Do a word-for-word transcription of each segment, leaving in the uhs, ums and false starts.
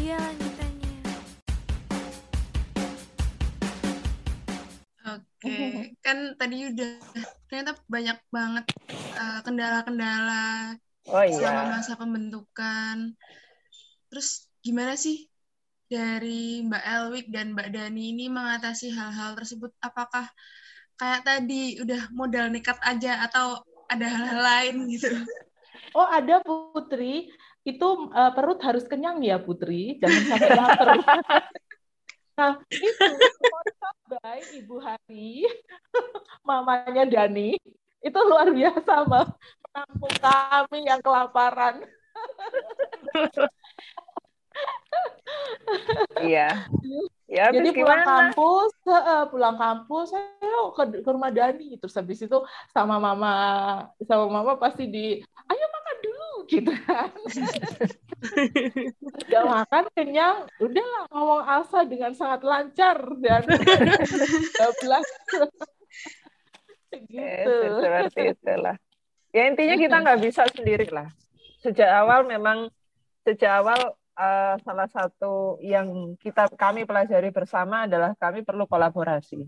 Yulia lanjutannya. Oke, kan tadi udah ternyata banyak banget uh, kendala-kendala Oh iya. selama masa pembentukan. Terus gimana sih dari Mbak Elwik dan Mbak Dani ini mengatasi hal-hal tersebut? Apakah kayak tadi udah modal nekat aja atau ada hal-hal lain gitu? Oh ada Putri, itu uh, perut harus kenyang ya Putri, jangan sampai lapar. Nah itu baik Ibu Hari, mamanya Dani, itu luar biasa menampung kami yang kelaparan. Iya. Ya, jadi pulang gimana? kampus, uh, pulang kampus, saya ke, ke rumah Dani, terus habis itu sama mama, sama mama pasti di, ayo makan dulu, gitu kan. Udah makan kenyang, udahlah ngomong Alsa dengan sangat lancar dan bablas. Gitu. Eh, seperti itulah. Ya intinya kita nggak bisa sendiri lah. Sejak awal memang sejak awal uh, salah satu yang kita kami pelajari bersama adalah kami perlu kolaborasi.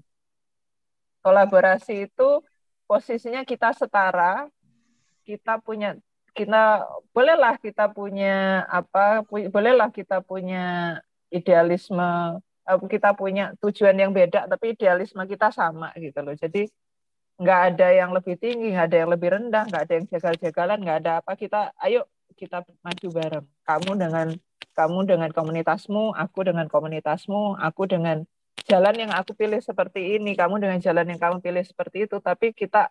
Kolaborasi itu posisinya kita setara, kita punya kita bolehlah kita punya apa pu, bolehlah kita punya idealisme, uh, kita punya tujuan yang beda, tapi idealisme kita sama gitu loh. Jadi nggak ada yang lebih tinggi, nggak ada yang lebih rendah, nggak ada yang jagal-jagalan, nggak ada apa. Kita ayo kita maju bareng. Kamu dengan kamu dengan komunitasmu, aku dengan komunitasmu, aku dengan jalan yang aku pilih seperti ini, kamu dengan jalan yang kamu pilih seperti itu. Tapi kita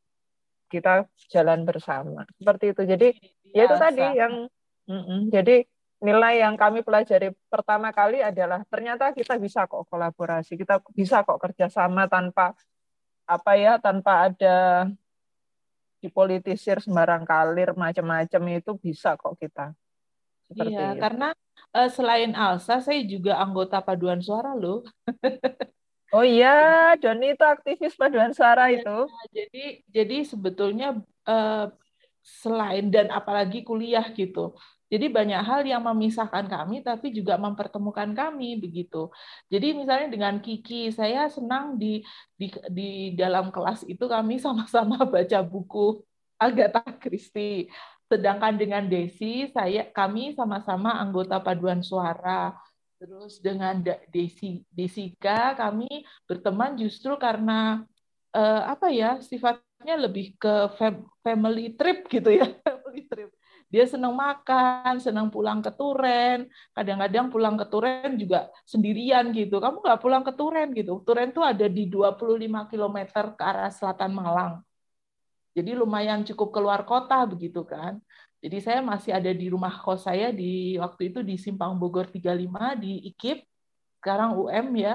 kita jalan bersama seperti itu. Jadi biasa. Ya itu tadi yang mm-mm. Jadi nilai yang kami pelajari pertama kali adalah ternyata kita bisa kok kolaborasi, kita bisa kok kerjasama tanpa apa ya tanpa ada dipolitisir sembarang kalir macam-macam, itu bisa kok kita. Seperti iya, itu. Karena uh, selain Alsa, saya juga anggota paduan suara loh. Oh iya, Doni itu aktivis paduan suara iya, itu. Jadi, jadi sebetulnya uh, selain dan apalagi kuliah gitu. Jadi banyak hal yang memisahkan kami, tapi juga mempertemukan kami begitu. Jadi misalnya dengan Kiki, saya senang di di, di dalam kelas itu kami sama-sama baca buku Agatha Christie. Sedangkan dengan Desi, saya kami sama-sama anggota paduan suara. Terus dengan Desi, Desika kami berteman justru karena eh, apa ya sifatnya lebih ke family trip gitu ya, family trip. Dia senang makan, senang pulang ke Turen. Kadang-kadang pulang ke Turen juga sendirian gitu. Kamu nggak pulang ke Turen gitu. Turen tuh ada di dua puluh lima kilometer ke arah selatan Malang. Jadi lumayan cukup keluar kota begitu kan. Jadi saya masih ada di rumah kos saya di waktu itu di Simpang Bogor tiga puluh lima di I K I P, sekarang U M ya.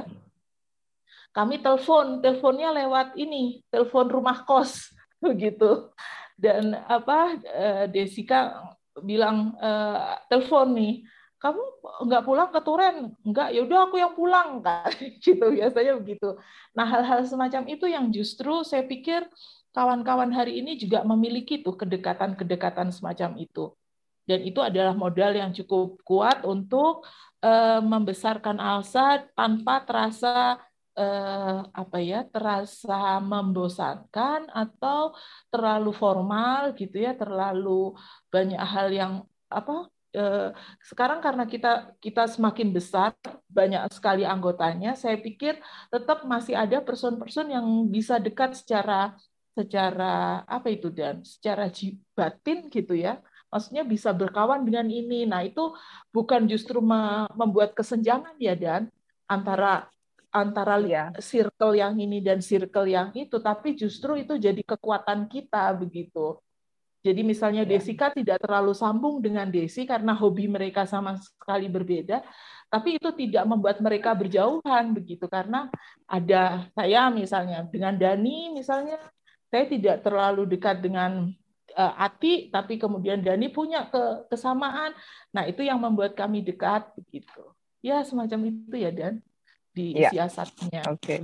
Kami telepon, teleponnya lewat ini, telepon rumah kos begitu. Dan apa Desika bilang e, telepon nih, kamu nggak pulang ke Turen? Nggak, ya udah aku yang pulang kan, gitu biasanya begitu. Nah hal-hal semacam itu yang justru saya pikir kawan-kawan hari ini juga memiliki tuh kedekatan-kedekatan semacam itu. Dan itu adalah modal yang cukup kuat untuk uh, membesarkan Alsa tanpa terasa uh, apa ya, terasa membosankan atau terlalu formal gitu ya, terlalu banyak hal yang apa uh, sekarang karena kita kita semakin besar, banyak sekali anggotanya, saya pikir tetap masih ada person-person yang bisa dekat secara secara apa itu dan secara batin gitu ya, maksudnya bisa berkawan dengan ini. Nah itu bukan justru membuat kesenjangan ya Dan antara antara ya. circle yang ini dan circle yang itu, tapi justru itu jadi kekuatan kita begitu. Jadi misalnya ya. Desika tidak terlalu sambung dengan Desi karena hobi mereka sama sekali berbeda, tapi itu tidak membuat mereka berjauhan begitu, karena ada saya misalnya dengan Dani misalnya, saya tidak terlalu dekat dengan uh, Ati, tapi kemudian Dani punya ke, kesamaan. Nah, itu yang membuat kami dekat begitu. Ya, semacam itu ya Dan di ya. siasatnya. Oke.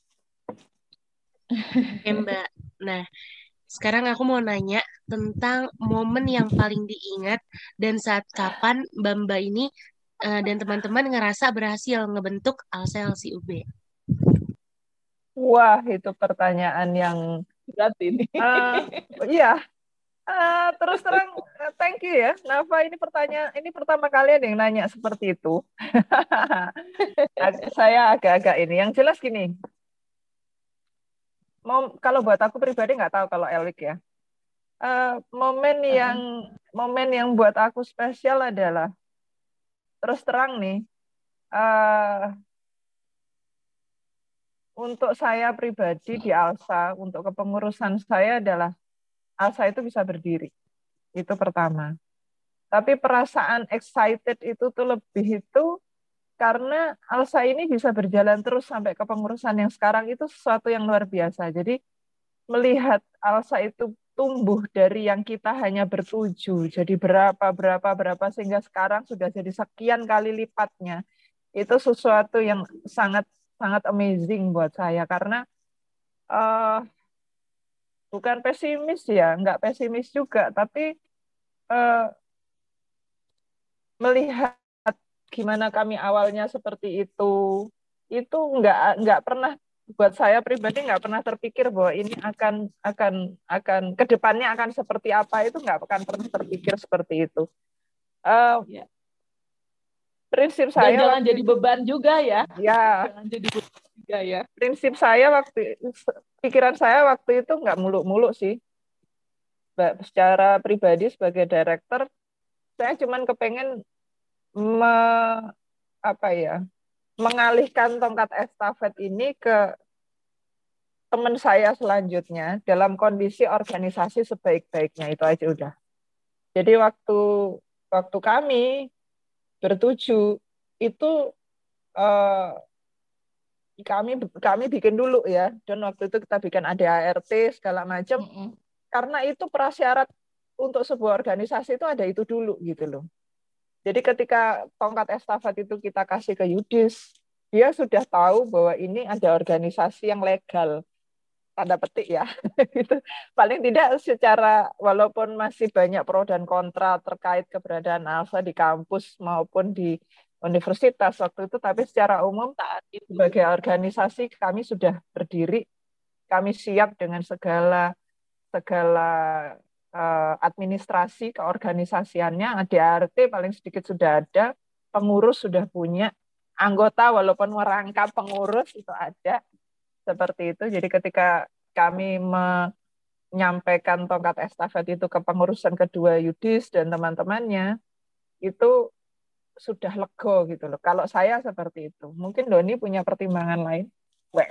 Okay. Oke, Mbak. Nah, sekarang aku mau nanya tentang momen yang paling diingat dan saat kapan Mbak Mbak ini uh, dan teman-teman ngerasa berhasil ngebentuk Alsa yang si U B? Wah, itu pertanyaan yang berat ini. Uh, iya, uh, terus terang, uh, thank you ya, Nafa. Ini pertanyaan, ini pertama kali ada yang nanya seperti itu. Saya agak-agak ini. Yang jelas gini, mau kalau buat aku pribadi nggak tahu kalau Elwik ya. Uh, momen yang uh-huh. momen yang buat aku spesial adalah terus terang nih. Uh, Untuk saya pribadi di Alsa, untuk kepengurusan saya adalah Alsa itu bisa berdiri. Itu pertama. Tapi perasaan excited itu tuh lebih itu karena Alsa ini bisa berjalan terus sampai kepengurusan yang sekarang itu sesuatu yang luar biasa. Jadi melihat Alsa itu tumbuh dari yang kita hanya bertujuh, jadi berapa, berapa, berapa, sehingga sekarang sudah jadi sekian kali lipatnya. Itu sesuatu yang sangat sangat amazing buat saya karena uh, bukan pesimis ya, nggak pesimis juga, tapi uh, melihat gimana kami awalnya seperti itu, itu nggak nggak pernah buat saya pribadi nggak pernah terpikir bahwa ini akan akan akan kedepannya akan seperti apa, itu nggak akan pernah terpikir seperti itu. Uh, ya. Prinsip saya dan jangan jadi beban juga ya. Ya. Jangan jadi beban juga ya. Prinsip saya waktu pikiran saya waktu itu nggak muluk-muluk sih. Secara pribadi sebagai director, saya cuman kepengen me, apa ya, mengalihkan tongkat estafet ini ke teman saya selanjutnya dalam kondisi organisasi sebaik-baiknya, itu aja udah. Jadi waktu waktu kami bertuju itu eh, kami kami bikin dulu ya, dan waktu itu kita bikin A D A R T segala macam, mm-hmm. karena itu prasyarat untuk sebuah organisasi itu ada itu dulu gitu loh. Jadi ketika tongkat estafet itu kita kasih ke Yudis, dia sudah tahu bahwa ini ada organisasi yang legal, tanda petik ya. Itu paling tidak secara, walaupun masih banyak pro dan kontra terkait keberadaan Alsa di kampus maupun di universitas waktu itu, tapi secara umum sebagai organisasi kami sudah berdiri, kami siap dengan segala segala uh, administrasi keorganisasiannya, A D A R T paling sedikit sudah ada, pengurus sudah punya, anggota walaupun merangkap pengurus itu ada, seperti itu. Jadi ketika kami menyampaikan tongkat estafet itu ke pengurusan kedua Yudis dan teman-temannya, itu sudah lego gitu loh. Kalau saya seperti itu. Mungkin Doni punya pertimbangan lain. Wes.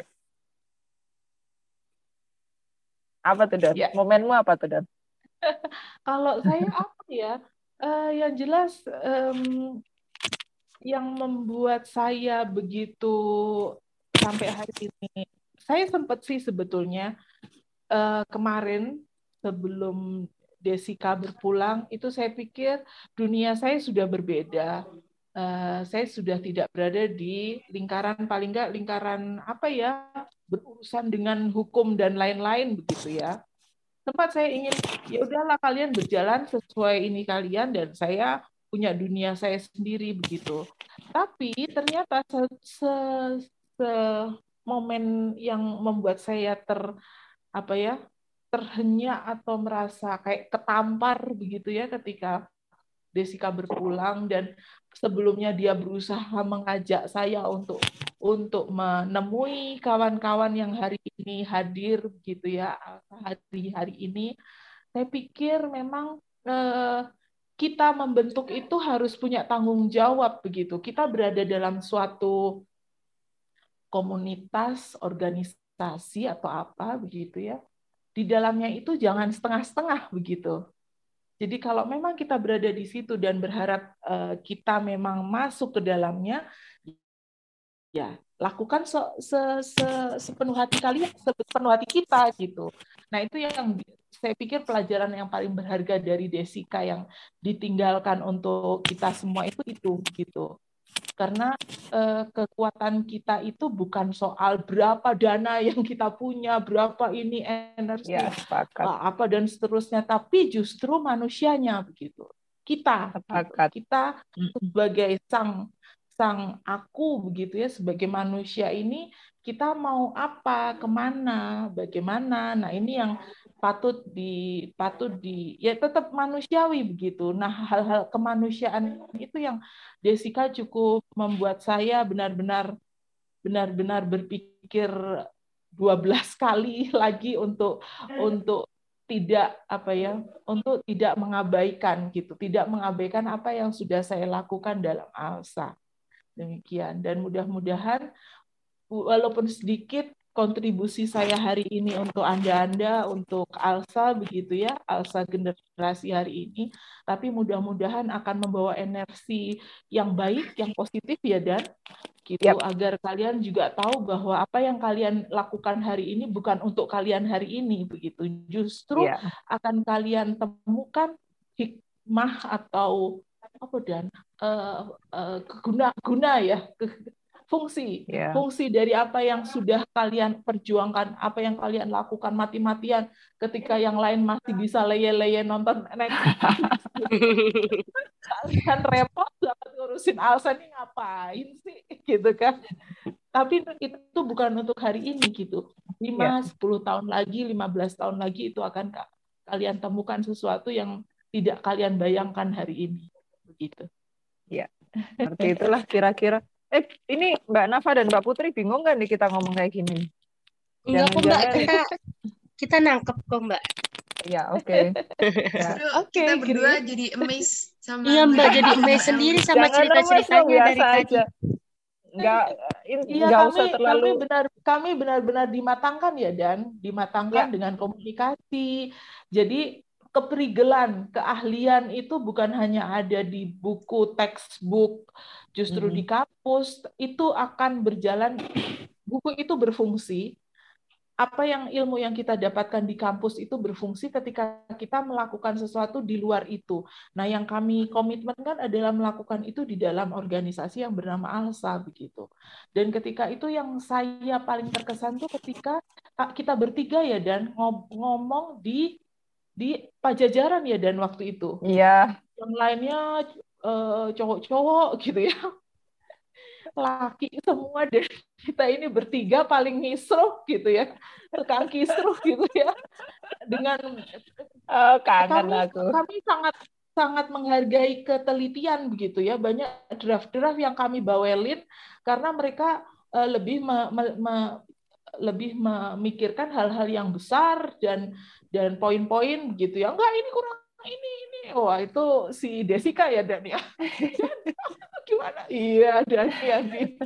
Apa tuh, Don? Ya. Momenmu apa tuh, Don? Kalau saya apa ya? Uh, yang jelas um, yang membuat saya begitu sampai hari ini, saya sempat sih sebetulnya uh, kemarin sebelum Desika berpulang, itu saya pikir dunia saya sudah berbeda. Uh, saya sudah tidak berada di lingkaran, paling nggak lingkaran apa ya, berurusan dengan hukum dan lain-lain begitu ya. Tempat saya ingin, ya udahlah kalian berjalan sesuai ini kalian, dan saya punya dunia saya sendiri begitu. Tapi ternyata se, se, se momen yang membuat saya ter apa ya terhenyak atau merasa kayak ketampar begitu ya ketika Desika berpulang, dan sebelumnya dia berusaha mengajak saya untuk untuk menemui kawan-kawan yang hari ini hadir gitu ya, hari-hari ini. Saya pikir memang eh, kita membentuk itu harus punya tanggung jawab begitu. Kita berada dalam suatu komunitas, organisasi atau apa begitu ya. Di dalamnya itu jangan setengah-setengah begitu. Jadi kalau memang kita berada di situ dan berharap uh, kita memang masuk ke dalamnya, ya lakukan se, se, se, sepenuh hati kalian, sepenuh hati kita gitu. Nah itu yang saya pikir pelajaran yang paling berharga dari Desika yang ditinggalkan untuk kita semua itu itu gitu. Karena eh, kekuatan kita itu bukan soal berapa dana yang kita punya, berapa ini energi, ya, apa dan seterusnya, tapi justru manusianya begitu. kita, gitu. Sepakat. Kita Mm-mm. sebagai sang sang aku begitu ya, sebagai manusia ini kita mau apa, kemana, bagaimana. Nah ini yang patut di patut di ya tetap manusiawi begitu. Nah hal-hal kemanusiaan itu yang Desika cukup membuat saya benar-benar benar-benar berpikir dua belas kali lagi untuk untuk tidak apa ya, untuk tidak mengabaikan gitu, tidak mengabaikan apa yang sudah saya lakukan dalam ALSA. Demikian, dan mudah-mudahan walaupun sedikit kontribusi saya hari ini untuk Anda-Anda, untuk ALSA begitu ya, ALSA generasi hari ini, tapi mudah-mudahan akan membawa energi yang baik, yang positif ya, Dan, gitu, Yap. agar kalian juga tahu bahwa apa yang kalian lakukan hari ini bukan untuk kalian hari ini begitu, justru Iya. akan kalian temukan hikmah atau apa Dan uh, uh, guna-guna ya, fungsi Iya. fungsi dari apa yang sudah kalian perjuangkan, apa yang kalian lakukan mati-matian ketika yang lain masih bisa leye-leye nonton Netflix. Kalian repot banget ngurusin ALSA ini ngapain sih gitu kan. Tapi itu bukan untuk hari ini gitu. lima, sepuluh tahun lagi, lima belas tahun lagi itu akan kalian temukan sesuatu yang tidak kalian bayangkan hari ini. Begitu. Ya, seperti itulah kira-kira. Eh, ini Mbak Nafa dan Mbak Putri bingung nggak nih kita ngomong kayak gini? Enggak kok Mbak, Jangan-jangan- kita kita nangkep kok Mbak. Ya, oke. Ya. Justru Oke, kita berdua Gris. jadi amazed sama Iya Mbak, jadi Mbak amazed El. sendiri sama Jangan lemes dong, cerita-ceritanya biasa dari tadi. aja. Nggak, in- Iya, nggak kami usah terlalu. kami benar kami benar-benar dimatangkan ya, Dan, dimatangkan Ya. dengan komunikasi. Jadi keperigelan, keahlian itu bukan hanya ada di buku textbook, justru Mhm. di kampus itu akan berjalan. Buku itu berfungsi. Apa yang ilmu yang kita dapatkan di kampus itu berfungsi ketika kita melakukan sesuatu di luar itu. Nah, yang kami komitmenkan adalah melakukan itu di dalam organisasi yang bernama ALSA begitu. Dan ketika itu yang saya paling terkesan tuh ketika kita bertiga ya Dan ngomong di di Pajajaran ya Dan waktu itu. Iya. Yang lainnya eh, cowok-cowok gitu ya. Laki semua dan kita ini bertiga paling ngisruh gitu ya, tukang kisruh gitu ya. Dengan Oh, kangen kami aku. kami sangat sangat menghargai ketelitian begitu ya. Banyak draft-draft yang kami bawelin karena mereka uh, lebih me, me, me, lebih memikirkan hal-hal yang besar dan dan poin-poin begitu ya. Enggak, ini kurang ini ini. Wah, itu si Desika ya Dan ya. Gimana? Iya, dan yang di.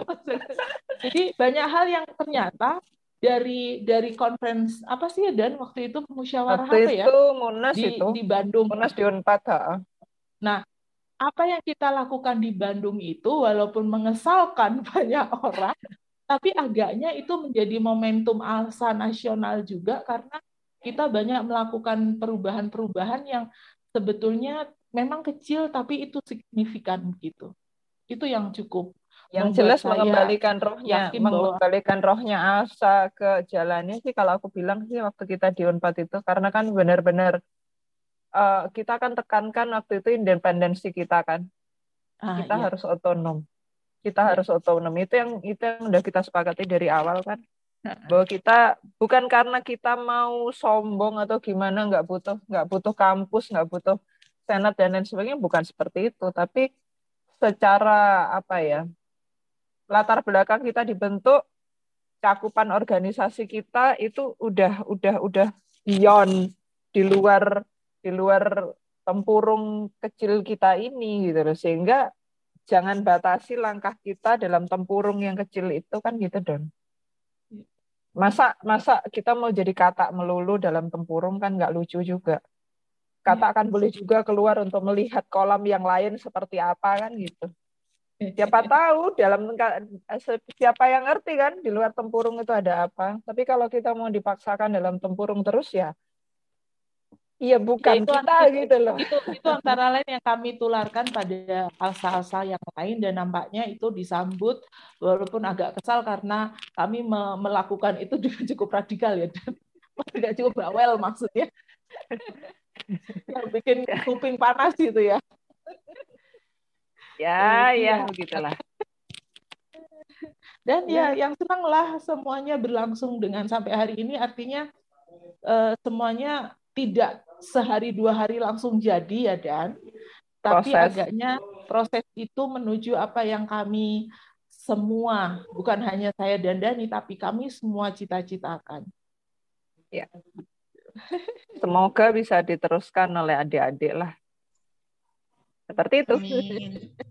Jadi banyak hal yang ternyata dari dari conference apa sih ya Dan waktu itu musyawarah Waktu apa ya? itu Munas Di itu. di Bandung. Munas di Unpad. Ha. Nah, apa yang kita lakukan di Bandung itu walaupun mengesalkan banyak orang, tapi agaknya itu menjadi momentum ALSA nasional juga karena kita banyak melakukan perubahan-perubahan yang sebetulnya memang kecil tapi itu signifikan gitu. Itu yang cukup Yang membuat jelas saya mengembalikan rohnya, yakin bahwa mengembalikan rohnya ALSA ke jalannya sih kalau aku bilang sih waktu kita di Unpad itu karena kan benar-benar uh, kita kan tekankan waktu itu independensi kita kan. ah, Kita iya. harus otonom. Kita Ya. harus otonom. Itu yang itu yang udah kita sepakati dari awal kan. Bahwa kita bukan karena kita mau sombong atau gimana, nggak butuh nggak butuh kampus, nggak butuh senat dan lain sebagainya, bukan seperti itu. Tapi secara apa ya, latar belakang kita dibentuk, cakupan organisasi kita itu udah udah udah beyond, di luar di luar tempurung kecil kita ini gitu loh. Sehingga jangan batasi langkah kita dalam tempurung yang kecil itu kan gitu Don. Masa masa kita mau jadi katak melulu dalam tempurung kan nggak lucu juga. Katak kan boleh juga keluar untuk melihat kolam yang lain seperti apa kan gitu. Siapa tahu dalam siapa yang ngerti kan di luar tempurung itu ada apa. Tapi kalau kita mau dipaksakan dalam tempurung terus ya iya bukan ya, itu, kita itu, gitu loh. Itu itu antara lain yang kami tularkan pada ALSA-ALSA yang lain dan nampaknya itu disambut walaupun agak kesal karena kami me- melakukan itu juga cukup radikal ya dan tidak cukup bawel maksudnya. Yang bikin kuping panas gitu ya. Ya, Jadi ya ya, begitulah. dan Ya. ya yang senang lah semuanya berlangsung dengan sampai hari ini, artinya eh, semuanya tidak sehari dua hari langsung jadi ya Dan, tapi Proses. agaknya proses itu menuju apa yang kami semua, bukan hanya saya dan Dani, tapi kami semua cita-citakan. Ya. Semoga bisa diteruskan oleh adik-adik lah. Seperti itu. Amin.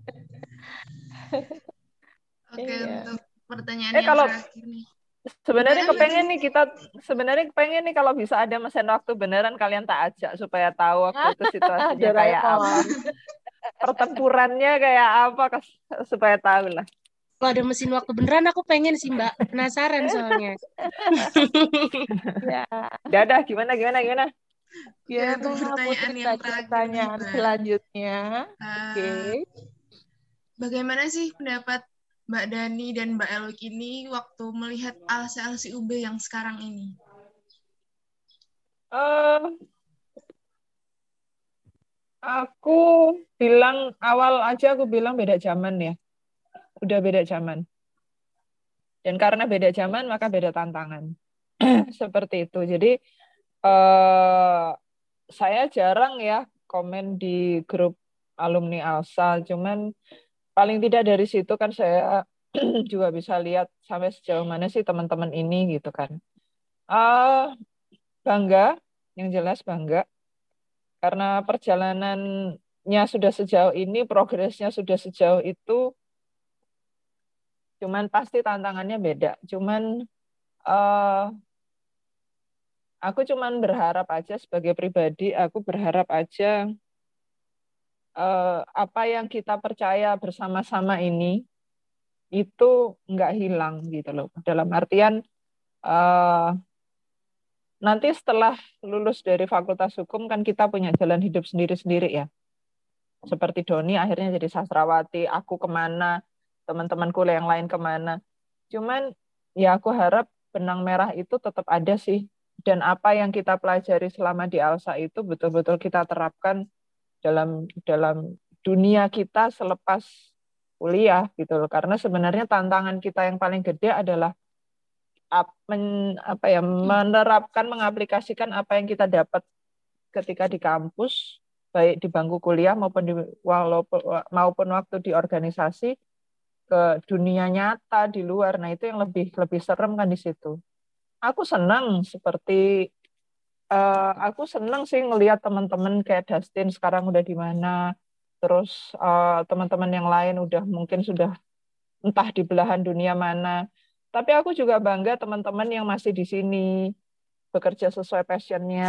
Oke, Iya. untuk pertanyaan Eh yang kalau terakhir nih. sebenarnya Gimana, Mbak kepengen Dani? nih kita sebenarnya kepengen nih kalau bisa ada mesin waktu beneran kalian tak ajak supaya tahu waktu itu situasinya kayak apa, Doraemon. pertempurannya kayak apa kes- supaya tahu lah. Kalau ada mesin waktu beneran aku pengen sih Mbak. Penasaran soalnya. Ya, Dadah, gimana gimana gimana? ya, Oke, untuk pertanyaan Putri yang tadi terakhir nih, pertanyaan Mbak. selanjutnya. Uh, Oke. Bagaimana sih pendapat Mbak Dani dan Mbak Elwik ini waktu melihat Alsa L C U B yang sekarang ini? Eh, aku bilang awal aja aku bilang beda zaman ya, udah beda zaman. Dan karena beda zaman maka beda tantangan. Seperti itu. Jadi eh, saya jarang ya komen di grup alumni Alsa, cuman paling tidak dari situ kan saya juga bisa lihat sampai sejauh mana sih teman-teman ini gitu kan. Uh, bangga, yang jelas bangga, karena perjalanannya sudah sejauh ini, progresnya sudah sejauh itu, cuman pasti tantangannya beda. Cuman uh, aku cuman berharap aja sebagai pribadi, aku berharap aja uh, apa yang kita percaya bersama-sama ini itu nggak hilang gitu loh. Dalam artian uh, nanti setelah lulus dari Fakultas Hukum kan kita punya jalan hidup sendiri-sendiri ya. Seperti Doni akhirnya jadi sastrawati, aku kemana, teman-temanku yang lain kemana. Cuman ya aku harap benang merah itu tetap ada sih. Dan apa yang kita pelajari selama di Alsa itu betul-betul kita terapkan dalam dalam dunia kita selepas kuliah gitu loh. Karena sebenarnya tantangan kita yang paling gede adalah apa ya menerapkan, mengaplikasikan apa yang kita dapat ketika di kampus, baik di bangku kuliah maupun di walaupun maupun waktu di organisasi ke dunia nyata di luar. Nah, itu yang lebih lebih serem kan di situ. Aku senang seperti uh, aku senang sih ngelihat teman-teman kayak Dustin sekarang udah di mana. Terus uh, teman-teman yang lain udah mungkin sudah entah di belahan dunia mana. Tapi aku juga bangga teman-teman yang masih di sini bekerja sesuai passionnya,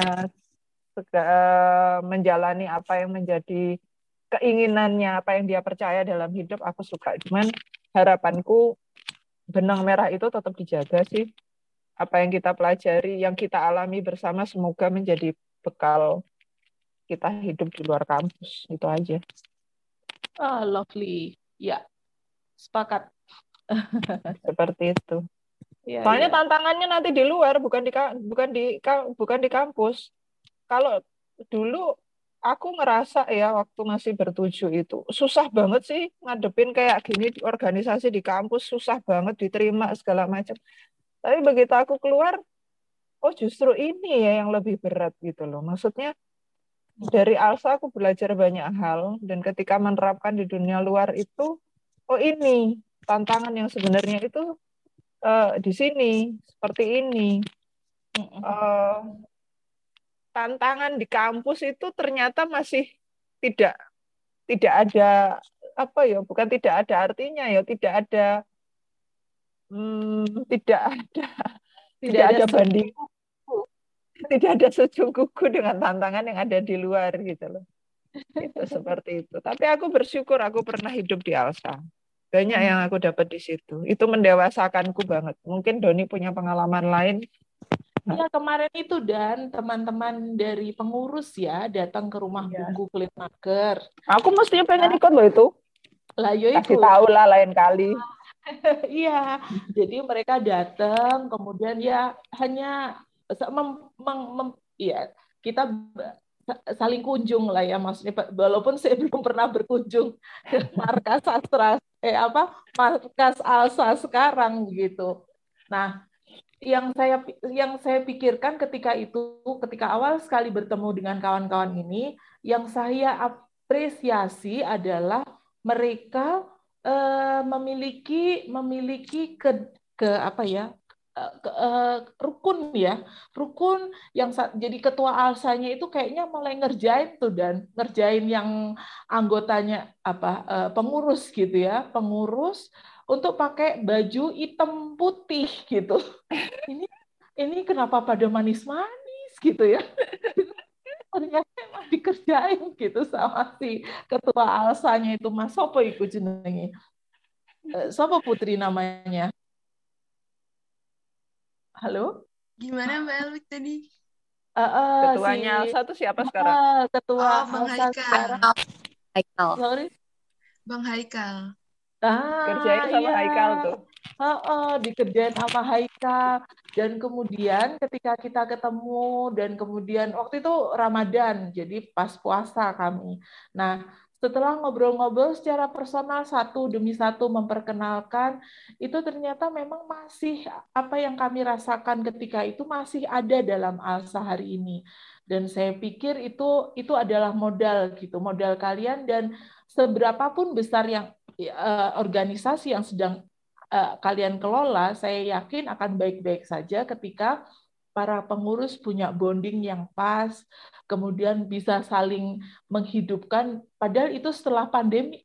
menjalani apa yang menjadi keinginannya, apa yang dia percaya dalam hidup, aku suka. Cuman harapanku benang merah itu tetap dijaga sih. Apa yang kita pelajari, yang kita alami bersama, semoga menjadi bekal kita hidup di luar kampus. Itu aja. Ah, lovely. Ya, sepakat. Seperti itu. Ya, Soalnya ya. tantangannya nanti di luar, bukan di bukan di bukan di kampus. Kalau dulu aku ngerasa ya waktu masih bertujuh itu susah banget sih ngadepin kayak gini di organisasi di kampus, susah banget diterima segala macam. Tapi begitu aku keluar, oh justru ini ya yang lebih berat gitu loh. Maksudnya dari Alsa aku belajar banyak hal dan ketika menerapkan di dunia luar itu, oh ini tantangan yang sebenarnya itu uh, di sini seperti ini. Uh, tantangan di kampus itu ternyata masih tidak tidak ada apa ya, bukan tidak ada artinya ya, tidak ada hmm, tidak ada Tidak, tidak ada, ada banding, tidak ada sejungguku dengan tantangan yang ada di luar gitu loh. Itu seperti itu. Tapi aku bersyukur aku pernah hidup di Alsa. Banyak yang aku dapat di situ. Itu mendewasakanku banget. Mungkin Doni punya pengalaman lain. Ya, kemarin itu Dan teman-teman dari pengurus ya datang ke rumah Ya. Bungku Kulit Mager. Aku mestinya pengen ikut loh itu. Lah, yo kasih ikut. tahu lah lain kali. Iya, jadi mereka datang, kemudian ya hanya mem, mem, mem, ya kita saling kunjung lah ya, maksudnya walaupun saya belum pernah berkunjung ke markas sastra eh apa markas ALSA sekarang begitu. Nah, yang saya yang saya pikirkan ketika itu, ketika awal sekali bertemu dengan kawan-kawan ini, yang saya apresiasi adalah mereka eh, memiliki memiliki ke ke apa ya ke, uh, rukun ya rukun yang jadi ketua ALSA-nya itu kayaknya mulai ngerjain tuh dan ngerjain yang anggotanya apa uh, pengurus gitu ya pengurus untuk pakai baju hitam putih gitu. Ini ini kenapa pada manis-manis gitu ya? Ternyata emang dikerjain gitu sama si ketua ALSA-nya itu Mas Sopo iku jenenge. Uh, Sopo Putri namanya? Halo? Gimana Mbak Elwik tadi? Uh, uh, Ketuanya si, Alsa tuh siapa uh, sekarang? Ketua Oh, Bang Alsa Haikal. sekarang. Haikal. Sorry. Bang Haikal. Ah, Kerjain sama iya. Haikal tuh. Uh, uh, dikerjain sama Haikal. Dan kemudian ketika kita ketemu, dan kemudian waktu itu Ramadan, jadi pas puasa kami. Nah, setelah ngobrol-ngobrol secara personal satu demi satu memperkenalkan, itu ternyata memang masih apa yang kami rasakan ketika itu masih ada dalam ALSA hari ini. Dan saya pikir itu itu adalah modal gitu, modal kalian, dan seberapapun besar yang uh, organisasi yang sedang uh, kalian kelola, saya yakin akan baik-baik saja ketika para pengurus punya bonding yang pas, kemudian bisa saling menghidupkan, padahal itu setelah pandemi,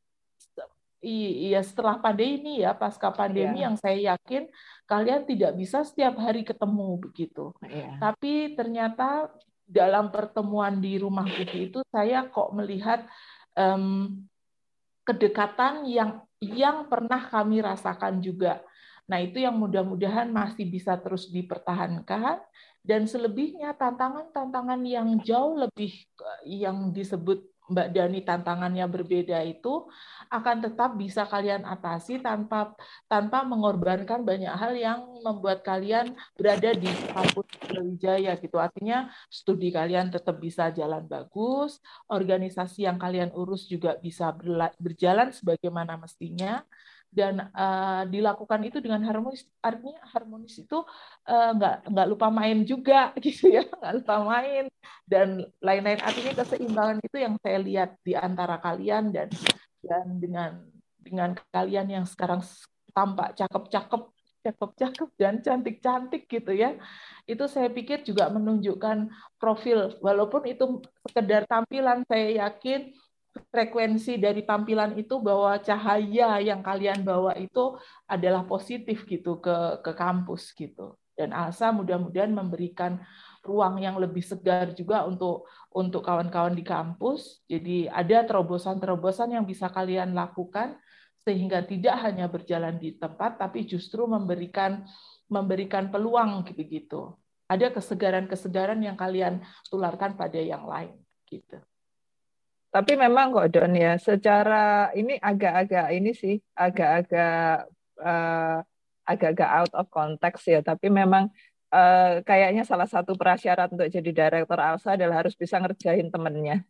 iya setelah pandemi ya, pasca pandemi Iya. yang saya yakin kalian tidak bisa setiap hari ketemu begitu. Iya. Tapi ternyata dalam pertemuan di Rumah Budi itu saya kok melihat um, kedekatan yang yang pernah kami rasakan juga. Nah, itu yang mudah-mudahan masih bisa terus dipertahankan, dan selebihnya tantangan-tantangan yang jauh lebih yang disebut Mbak Dani tantangannya berbeda itu akan tetap bisa kalian atasi tanpa tanpa mengorbankan banyak hal yang membuat kalian berada di kampus Brawijaya gitu. Artinya studi kalian tetap bisa jalan bagus, organisasi yang kalian urus juga bisa berjalan sebagaimana mestinya, dan uh, dilakukan itu dengan harmonis. Artinya harmonis itu uh, nggak nggak lupa main juga gitu ya, nggak lupa main dan lain-lain. Artinya keseimbangan itu yang saya lihat di antara kalian, dan dan dengan dengan kalian yang sekarang tampak cakep-cakep, cakep-cakep dan cantik-cantik gitu ya. Itu saya pikir juga menunjukkan profil, walaupun itu sekedar tampilan, saya yakin frekuensi dari tampilan itu bahwa cahaya yang kalian bawa itu adalah positif gitu ke ke kampus gitu. Dan ALSA mudah-mudahan memberikan ruang yang lebih segar juga untuk untuk kawan-kawan di kampus. Jadi ada terobosan-terobosan yang bisa kalian lakukan sehingga tidak hanya berjalan di tempat tapi justru memberikan memberikan peluang gitu-gitu. Ada kesegaran-kesegaran yang kalian tularkan pada yang lain gitu. Tapi memang kok Don ya, secara ini agak-agak ini sih, agak-agak uh, agak-agak out of context ya. Tapi memang uh, kayaknya salah satu prasyarat untuk jadi direktur ALSA adalah harus bisa ngerjain temennya.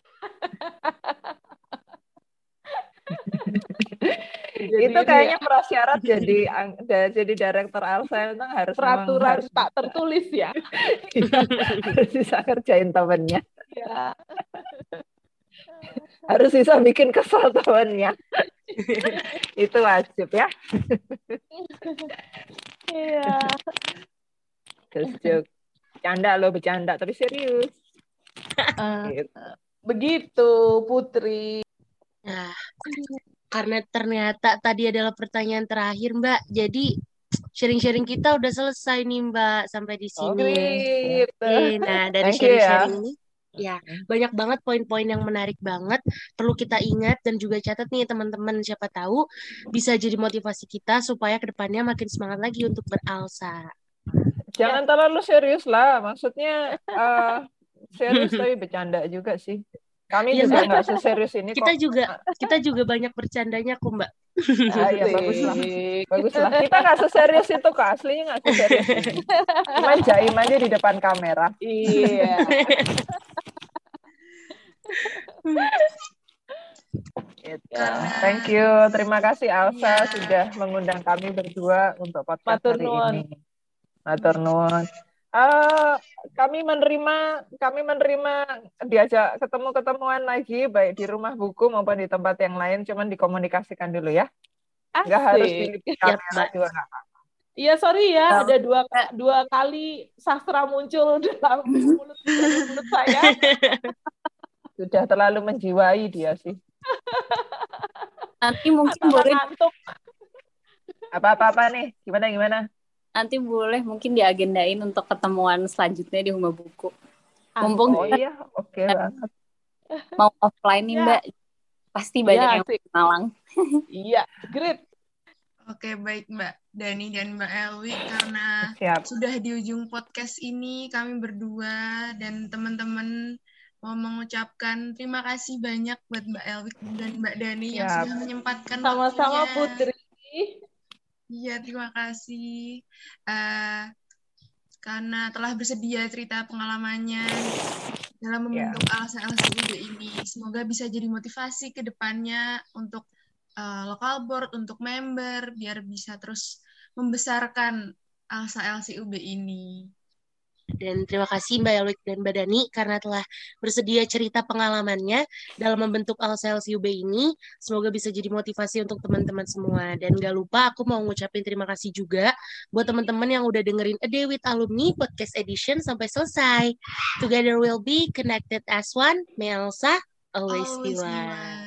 Jadi itu kayaknya prasyarat jadi jadi direktur ALSA itu harus peraturan harus tak tertulis ya. Harus bisa ngerjain temennya. Ya. Harus bisa bikin kesal temannya. Itu wajib ya. Iya. Terus bercanda loh, bercanda tapi serius. Uh, gitu. Begitu Putri. Nah, karena ternyata tadi adalah pertanyaan terakhir Mbak, jadi sharing-sharing kita udah selesai nih Mbak sampai di sini. Oh, gitu. Nah dari Thank you, sharing-sharing ya. ini. Ya, banyak banget poin-poin yang menarik banget, perlu kita ingat dan juga catat nih teman-teman, siapa tahu bisa jadi motivasi kita supaya kedepannya makin semangat lagi untuk berALSA. Jangan ya. terlalu serius lah, maksudnya uh, serius tapi bercanda juga sih. Kami ya, juga nggak seserius ini kita kok. juga kita juga banyak bercandanya kok Mbak. Ah, ya baguslah, baguslah. Kita nggak seserius itu kok, aslinya nggak seserius ini. Cuman jaim aja di depan kamera. Iya. Gitu. Karena- Thank you. Terima kasih Alsa Iya. sudah mengundang kami berdua untuk podcast Matur hari nuwun. ini. Matur nuwun. Eh, kami menerima kami menerima diajak ketemu-ketemuan lagi baik di rumah buku maupun di tempat yang lain, cuman dikomunikasikan dulu ya. Nggak harus Asik. diliput Siap, kamera Mbak. juga nggak. Iya, sorry ya, Oh. ada dua dua kali sastra muncul dalam mulut dari mulut saya. Sudah terlalu menjiwai dia sih. Nanti mungkin Antara boleh ngantuk. Apa-apa nih? Gimana gimana? nanti boleh mungkin diagendain untuk ketemuan selanjutnya di rumah buku. Oh Mumpung iya, oke banget. mau offline nih Ya. Mbak, pasti banyak Ya, yang asik. Malang. Iya, great. Oke, baik Mbak Dani dan Mbak Elwi, karena Siap. sudah di ujung podcast ini, kami berdua dan teman-teman mau mengucapkan terima kasih banyak buat Mbak Elwi dan Mbak Dani yang Siap. sudah menyempatkan Sama-sama waktunya. Putri. Iya, terima kasih. Eh, karena telah bersedia cerita pengalamannya dalam membentuk Alsa L C U B ini. Semoga bisa jadi motivasi ke depannya untuk uh, local board, untuk member, biar bisa terus membesarkan Alsa L C U B ini. Dan terima kasih Mbak Elwik dan Mbak Dani karena telah bersedia cerita pengalamannya dalam membentuk Alsa L C U B ini. Semoga bisa jadi motivasi untuk teman-teman semua. Dan gak lupa aku mau ngucapin terima kasih juga buat teman-teman yang udah dengerin A Day with Alumni Podcast Edition sampai selesai. Together we'll be connected as one. May Alsa always, Always be be one. one.